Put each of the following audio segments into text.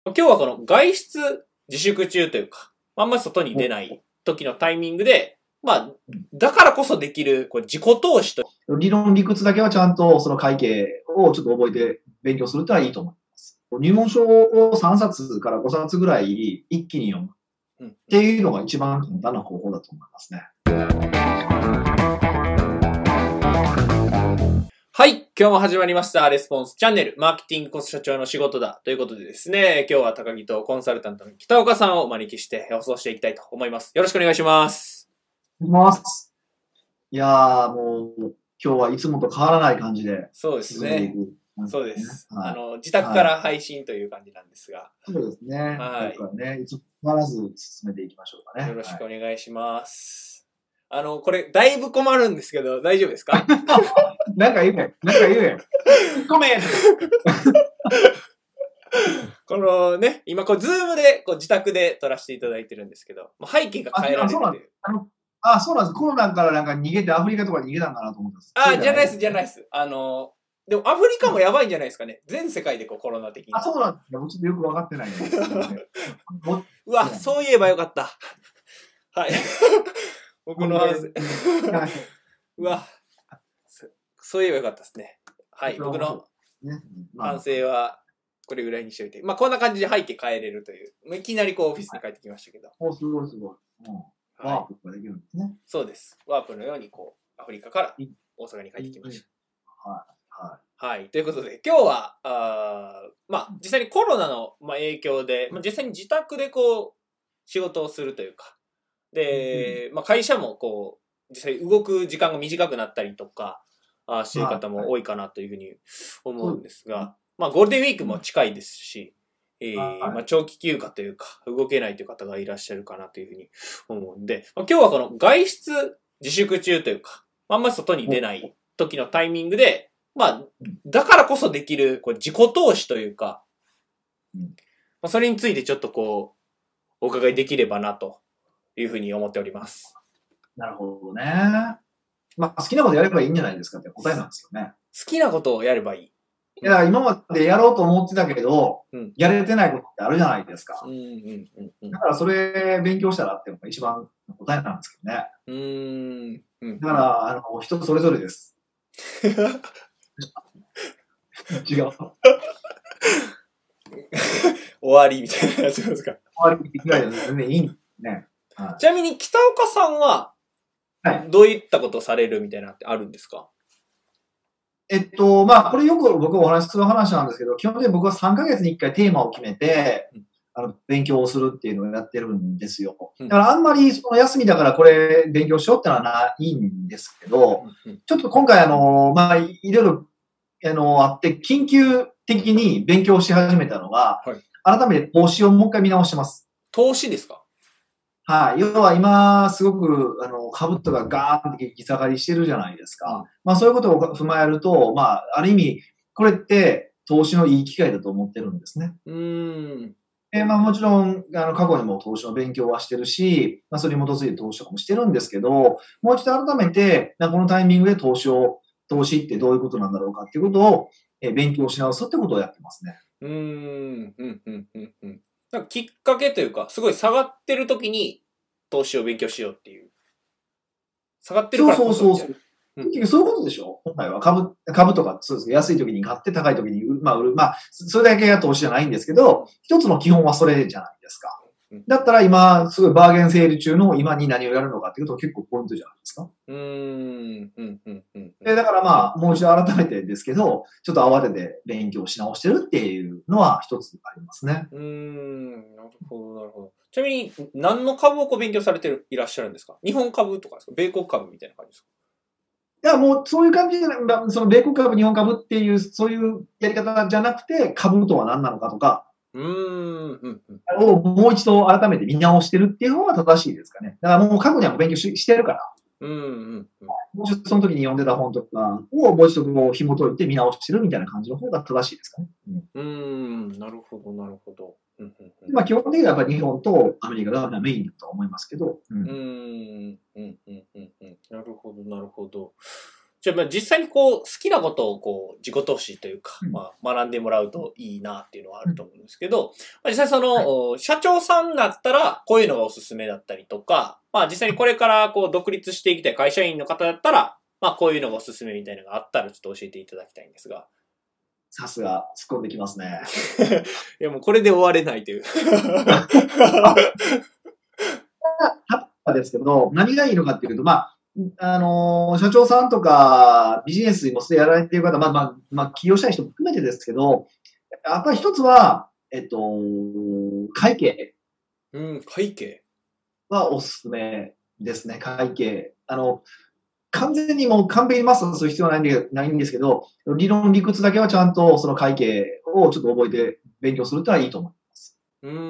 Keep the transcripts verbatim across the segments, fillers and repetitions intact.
今日はこの外出自粛中というか、あんまり外に出ない時のタイミングで、まあ、だからこそできるこう自己投資と。 理論理屈だけはちゃんとその会計をちょっと覚えて勉強するとはいいと思います。入門書をさんさつからごさつぐらい一気に読むっていうのが一番簡単な方法だと思いますね。 はい。今日も始まりました。レスポンスチャンネル。マーケティングこそ社長の仕事だ。ということでですね、今日は高木とコンサルタントの北岡さんをお招きして放送していきたいと思います。よろしくお願いします。 お願いします。いやー、もう、今日はいつもと変わらない感じで。 そうですね。そうです。 はい、 あの、自宅から配信という感じなんですが。 はい、そうですね。はい。ここからね、いつも変わらず進めていきましょうかね。 よろしくお願いします。はい、あの、これ、だいぶ困るんですけど、大丈夫ですか？ なんか言うね。なんか言うね。ごめんこのね、今こう、ズームでこう自宅で撮らせていただいてるんですけど、背景が変えられるっていう。 あ、そうなんです。コロナからなんか逃げてアフリカとか逃げたんかなと思ったんです。 あ、じゃないです、じゃないです。あの、でもアフリカもやばいんじゃないですかね。全世界でこうコロナ的に。 あ、そうなんです。もうちょっとよくわかってないんですけどね。 うわ、そういえばよかった。はい。僕の反省。うわ、そういえばよかったですね。はい。僕の反省はこれぐらいにしておいて。まあこんな感じで背景変えれるという。いきなりこうオフィスに帰ってきましたけど。 お、すごいすごい。ワープができるんですね。 そうです。ワープのようにこう、アフリカから大阪に帰ってきました。 はい。はい。 はい。ということで、今日は、あまあ、実際にコロナの影響で、まあ、実際に自宅でこう、仕事をするというか、で、うん、まあ、会社もこう、実際動く時間が短くなったりとか、あしている方も多いかなというふうに思うんですが、はい、まあ、ゴールデンウィークも近いですし、えーまあ、長期休暇というか、動けないという方がいらっしゃるかなというふうに思うんで、まあ、今日はこの外出自粛中というか、あんまり外に出ない時のタイミングで、まあ、だからこそできるこう自己投資というか、まあ、それについてちょっとこう、お伺いできればなというふうに思っております。 なるほどね。まあ、好きなことやればいいんじゃないですかって答えなんですよね。 好きなことをやればいい。 いや、今までやろうと思ってたけど、うん、やれてないことってあるじゃないですか。 うんうんうんうん、 だからそれ勉強したらっていうのが一番答えなんですけどね。 うーんうん、 だから、あの、人それぞれです。違う。 終わりみたいなやつですか。 終わりぐらいで全然いいんですね。 はい、ちなみに北岡さんは、どういったことをされるみたいなってあるんですか？ えっと、まあ、これよく僕お話しする話なんですけど、基本的に僕はさんかげつにいっかいテーマを決めて、うん、あの、勉強をするっていうのをやってるんですよ。だからあんまりその休みだからこれ勉強しようってのはないんですけど、うん、ちょっと今回あの、まあ、いろいろ、あの、あって、緊急的に勉強し始めたのが、はい、改めて投資をもう一回見直してます。 投資ですか？ はい。要は今、すごく、あの、株とかガーンって激下がりしてるじゃないですか。うん、まあそういうことを踏まえると、まあ、ある意味、これって投資のいい機会だと思ってるんですね。 うーん。 えー、まあもちろん、あの、過去にも投資の勉強はしてるし、まあそれに基づいて投資とかもしてるんですけど、もう一度改めて、このタイミングで投資を、投資ってどういうことなんだろうかっていうことを、えー、勉強し直すってことをやってますね。 うーん、うん、うん、うん、うん。なんかきっかけというか、すごい下がってる時に投資を勉強しようっていう。下がってるからこそ。 そうそうそう。結局そういうことでしょ？本来は株、株とか、そうです。安い時に買って高い時に、まあ売る。まあ、それだけが投資じゃないんですけど、一つの基本はそれじゃないですか。だったら今、すごいバーゲンセール中の今に何をやるのかっていうと結構ポイントじゃないですか。 うーん、うん、うん、うん。 で、だからまあ、もう一度改めてですけど、ちょっと慌てて勉強し直してるっていうのは一つありますね。 うーん、なるほど、なるほど。ちなみに、何の株をこう勉強されてる、いらっしゃるんですか？日本株とかですか？米国株みたいな感じですか？ いや、もうそういう感じじゃない、その米国株、日本株っていう、そういうやり方じゃなくて、株とは何なのかとか、 うーん、うん、 をもう一度改めて見直してるっていう方が正しいですかね。だからもう過去には勉強 し, してるから。 うん、うん、 もうちょっとその時に読んでた本とかをもう一度こう紐解いて見直してるみたいな感じの方が正しいですかね。 うん、うん、なるほど、なるほど。うんうんうん、 まあ基本的にはやっぱり日本とアメリカがメインだとは思いますけど。 うん、うん、うん、うん、うん。なるほど、なるほど。 じゃあ、まあ実際にこう、好きなことをこう、自己投資というか、 うんまあ、学んでもらうといいなっていうのはあると思うんですけど、まあ、実際その、 は社長さんだったら、こういうのがおすすめだったりとか、まあ実際にこれからこう、独立していきたい会社員の方だったら、まあこういうのがおすすめみたいなのがあったらちょっと教えていただきたいんですが。 さすが、突っ込んできますね。 いやもうこれで終われないという。 あですけど、何がいいのかっていうと、まあ、あのー社長さんとかビジネスにもすでにやられている方、まあまあ、まあ、起業したい人も含めてですけど、やっぱり一つは、えっと、会計うん、会計。 はおすすめですね、会計。あの、完全にもう完璧にマスターする必要はないんでないんですけど、理論理屈だけはちゃんとその会計をちょっと覚えて勉強するってのはいいと思います。 うーん、うん、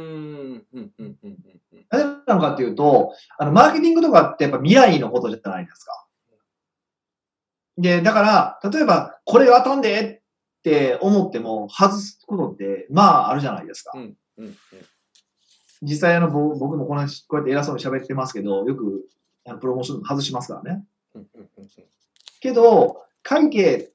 うん、うん、うん。 なぜなのかっていうと、あの、マーケティングとかってやっぱ未来のことじゃないですか。で、だから、例えば、これが当たんでって思っても、外すことって、まあ、あるじゃないですか。 うん、うん、うん。 実際、あの、ぼ僕もこのこうやって偉そうに喋ってますけど、よく、あのプロモーション外しますからね。 うん、うん、うん。 けど、会計って、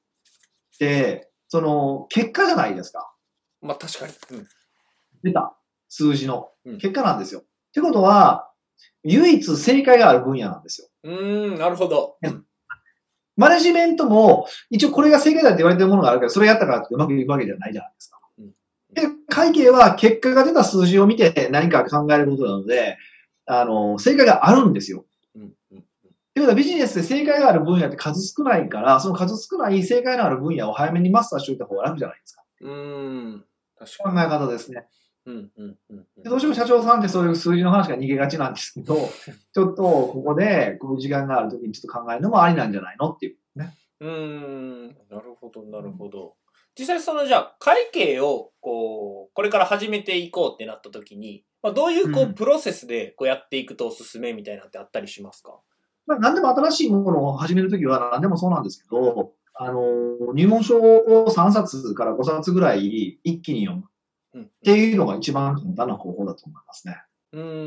その、結果じゃないですか。 まあ確かに。うん。 出た。数字のうん。 結果なんですよ。ってことは、唯一正解がある分野なんですよ。 うーん、なるほど。うん。 マネジメントも、一応これが正解だって言われてるものがあるから、それやったからってうまくいくわけじゃないじゃないですか。 うん。 で、会計は結果が出た数字を見て何か考えることなので、あの、正解があるんですよ。 うん、うん。うん。 ということはビジネスで正解がある分野って数少ないから、その数少ない正解のある分野を早めにマスターしておいた方が楽じゃないですか。 うーん。確考かえ方ですね。 に。うん、うん、うん。 でどうしても社長さんってそういう数字の話が逃げがちなんですけど、ちょっとここでこういう時間があるときにちょっと考えるのもありなんじゃないのっていうね。 うーん。なるほど、なるほど。実際そのじゃあ会計をこう、これから始めていこうってなった時に、まあ、どういうこううんプロセスでこうやっていくとおすすめみたいなのってあったりしますか？ まあ、何でも新しいものを始めるときは何でもそうなんですけど、あの、入門書をさんさつからごさつぐらい一気に読むうん。 っていうのが一番簡単な方法だと思いますね。 うーん。うん、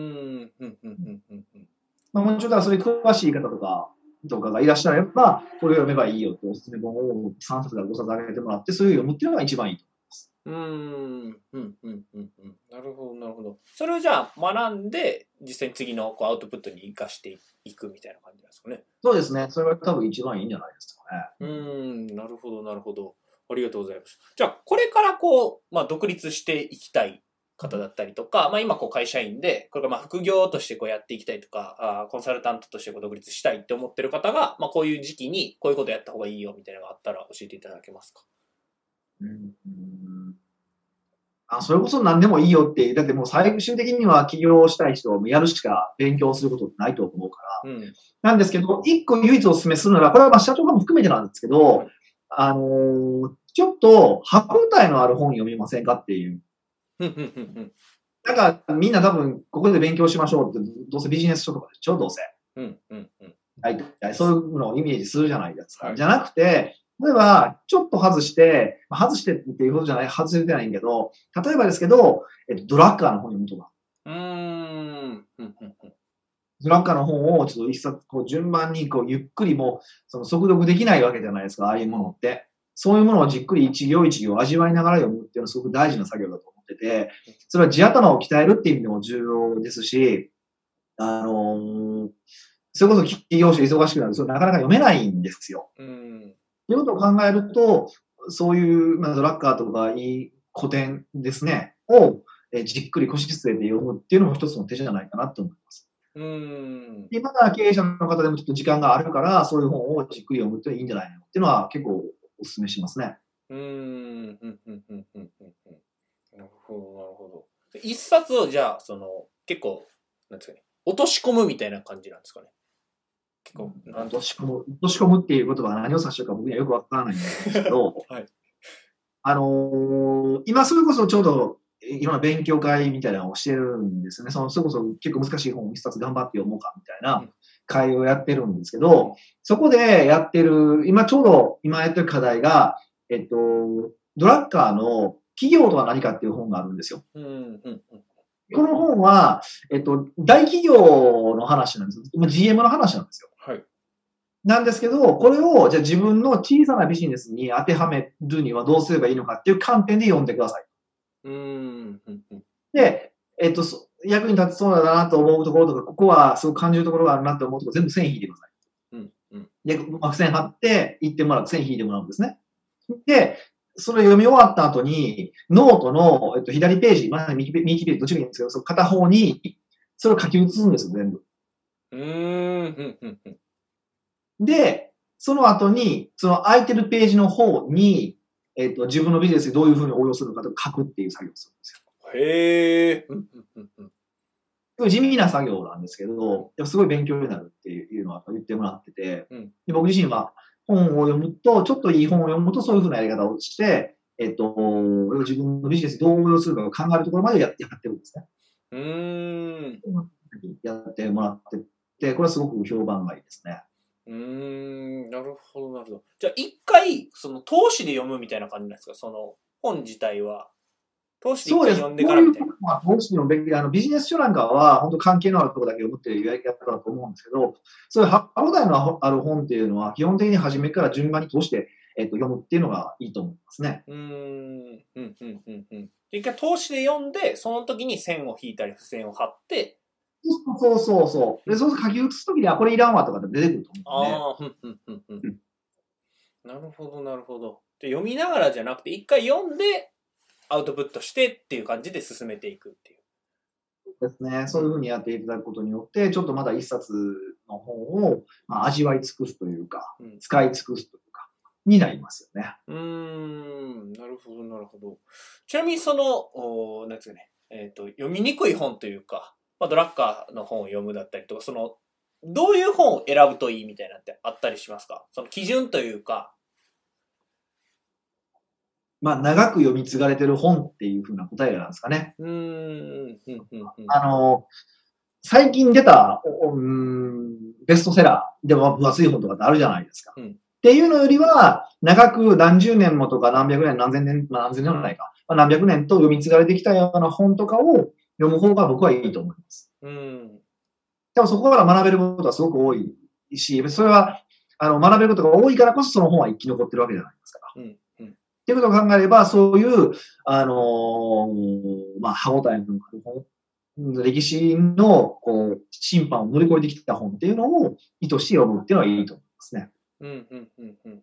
うん、うん、うん。うん。 まあ、もちろんそれ詳しい方とか、とかがいらっしゃれば、これを読めばいいよっておすすめ本をさんさつからごさつあげてもらって、それを読むっていうのが一番いいとうーん、うん、うん、うん、うん。なるほど、なるほど。それをじゃあ学んで、実際に次のこうアウトプットに活かしていくみたいな感じなんですかね。 そうですね。それが多分一番いいんじゃないですかね。 うーん、なるほど、なるほど。ありがとうございます。じゃあ、これからこう、まあ、独立していきたい方だったりとか、まあ、今こう会社員で、これがまあ副業としてこうやっていきたいとか、あコンサルタントとしてこう独立したいって思ってる方が、まあ、こういう時期にこういうことやった方がいいよみたいなのがあったら教えていただけますか？ うんあそれこそ何でもいいよって、だってもう最終的には起業したい人はやるしか勉強することってないと思うから。 うん。 なんですけど、一個唯一お勧めするなら、これはまあ社長かも含めてなんですけど、あのーちょっと歯応えのある本読みませんかっていう。 うん、うん、うん、うん。 なんかみんな多分ここで勉強しましょうって、どうせビジネス書とかでしょ、どうせ。 うん、うん、うん。 大体そういうのをイメージするじゃないですか。 はいじゃなくて、例えば、ちょっと外して、外してっていうことじゃない、外れてないんけど、例えばですけど、えっと、ドラッカーの本読むとか。 うーん、うん、うん、うん。 ドラッカーの本をちょっと一冊、こう順番にこうゆっくりも、その速読できないわけじゃないですか、ああいうものって。そういうものをじっくり一行一行味わいながら読むっていうのはすごく大事な作業だと思ってて、それは地頭を鍛えるっていう意味でも重要ですし、あのー、それこそ企業者忙しくなると、それなかなか読めないんですよ。 うん。 ということを考えると、そういう、まあ、ドラッカーとかいい古典ですね、をえじっくり腰据えて読むっていうのも一つの手じゃないかなと思います。 うん。 今から経営者の方でもちょっと時間があるから、そういう本をじっくり読むっていいんじゃないのっていうのは結構お勧めしますね。 うーん、うん、うん、うん、うん、うん。なるほど、なるほど。一冊をじゃあ、その、結構、なんですかね、落とし込むみたいな感じなんですかね。結構、 落とし込む、落とし込むっていう言葉が何を指してるか僕にはよくわからないんですけど、 はい、 あのー、今それこそちょうどいろんな勉強会みたいなのをしてるんですよね。そのそれこそ結構難しい本を一冊頑張って読もうかみたいな会をやってるんですけど、そこでやってる、今ちょうど今やってる課題が、えっと、ドラッカーの企業とは何かっていう本があるんですよ。 うんうんうん、 この本は、えっと、大企業の話なんですよ。ジーエム の話なんですよ。 はい。 なんですけど、これをじゃあ自分の小さなビジネスに当てはめるにはどうすればいいのかっていう観点で読んでください。 うーん。 で、えっと、役に立ちそうだなと思うところとか、ここはすごく感じるところがあるなと思うところ、全部線引いてください。 うんうん、 で、まあ、付箋貼って行ってもらう、線引いてもらうんですね。で、それ読み終わった後に、ノートの、えっと、左ページ、まあ、右ページ、どっちがいいんですけど、その片方に、それを書き写すんですよ、全部。 うーん、うん、うん。 で、その後に、その空いてるページの方に、えっと、自分のビジネスにどういうふうに応用するのかと書くっていう作業をするんですよ。 へえ。うんうんうん、 すごい地味な作業なんですけど、すごい勉強になるっていうのは言ってもらってて、うん、で僕自身は本を読むと、ちょっといい本を読むとそういうふうなやり方をして、えっと、自分のビジネスにどう応用するかを考えるところまでやってやってるんですね。 うーん。 やってもらってて、これはすごく評判がいいですね。 うーん、なるほど、なるほど。じゃあ一回、その投資で読むみたいな感じなんですか、その本自体は。投資で一回読んでからみたいな。 そうです。投資の勉強、あのビジネス書なんかは、本当関係のあるところだけ読むっていうやり方だと思うんですけど、そういう歯応えのある本っていうのは、基本的に初めから順番に通して、えっと、読むっていうのがいいと思いますね。 うーん、うん、うん、うん、うん。一回投資で読んで、その時に線を引いたり、付箋を貼って、 そうそうそう。で、そうすると書き写すときには、これいらんわとかで出てくると思うんで、ね。 ああ、うん、うん、うん、うん。なるほど、なるほど。で、読みながらじゃなくて、一回読んで、アウトプットしてっていう感じで進めていくっていう。 ですね。そういうふうにやっていただくことによって、ちょっとまだ一冊の本を、まあ、味わい尽くすというか、うん、使い尽くすというか、になりますよね。 うーん、なるほど、なるほど。ちなみにその、おなんですかね、えっと、読みにくい本というか、まあ、ドラッカーの本を読むだったりとか、その、どういう本を選ぶといいみたいなってあったりしますか？その基準というか。 まあ、長く読み継がれてる本っていうふうな答えなんですかね。 うーん、うん、うん、うん。 あの、最近出た、うん、ベストセラーでも分厚い本とかってあるじゃないですか。うん、っていうのよりは、長く何十年もとか何百年、何千年、まあ、何千年もないか、まあ、何百年と読み継がれてきたような本とかを読む方が僕はいいと思います。うん。でもそこから学べることはすごく多いし、それは、あの、学べることが多いからこそその本は生き残ってるわけじゃないですか。うん。っていうことを考えれば、そういう、あのー、まあ、歯応えのある本、歴史の、こう、審判を乗り越えてきた本っていうのを意図して読むっていうのはいいと思いますね。 うん、うん、うん、うん、うん。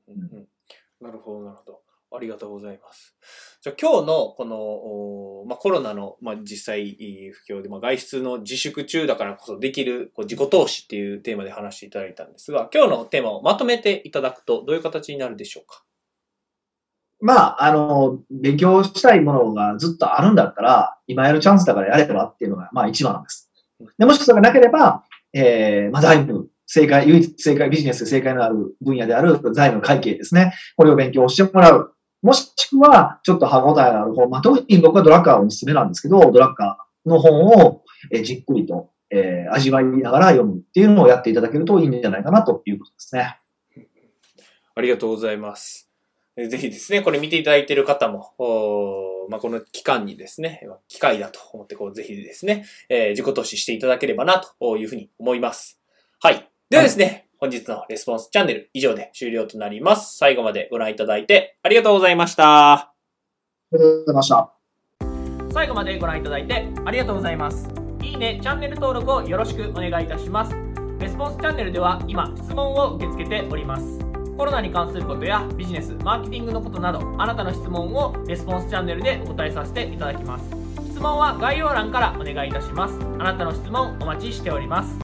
なるほど、なるほど。ありがとうございます。じゃあ今日のこの、まあ、コロナの、まあ、実際不況で、まあ、外出の自粛中だからこそできるこう自己投資っていうテーマで話していただいたんですが、今日のテーマをまとめていただくとどういう形になるでしょうか？ まあ、あの、勉強したいものがずっとあるんだったら、今やるチャンスだからやればっていうのが、まあ一番です。でもしそれがなければ、えー、まあ財務、正解、唯一正解、ビジネスで正解のある分野である財務会計ですね。これを勉強してもらう。もしくは、ちょっと歯応えのある本。まあ特に僕はドラッカーおすすめなんですけど、ドラッカーの本を、えー、じっくりと、えー、味わいながら読むっていうのをやっていただけるといいんじゃないかなということですね。 ありがとうございます。ぜひですね、これ見ていただいている方も、まあ、この期間にですね、機会だと思って、こう、ぜひですね、えー、自己投資していただければな、というふうに思います。はい。ではですね、はい、本日のレスポンスチャンネル以上で終了となります。最後までご覧いただいてありがとうございました。 ありがとうございました。 最後までご覧いただいてありがとうございます。いいね、チャンネル登録をよろしくお願いいたします。レスポンスチャンネルでは今、質問を受け付けております。コロナに関することやビジネス、マーケティングのことなど、あなたの質問をレスポンスチャンネルでお答えさせていただきます。質問は概要欄からお願いいたします。あなたの質問お待ちしております。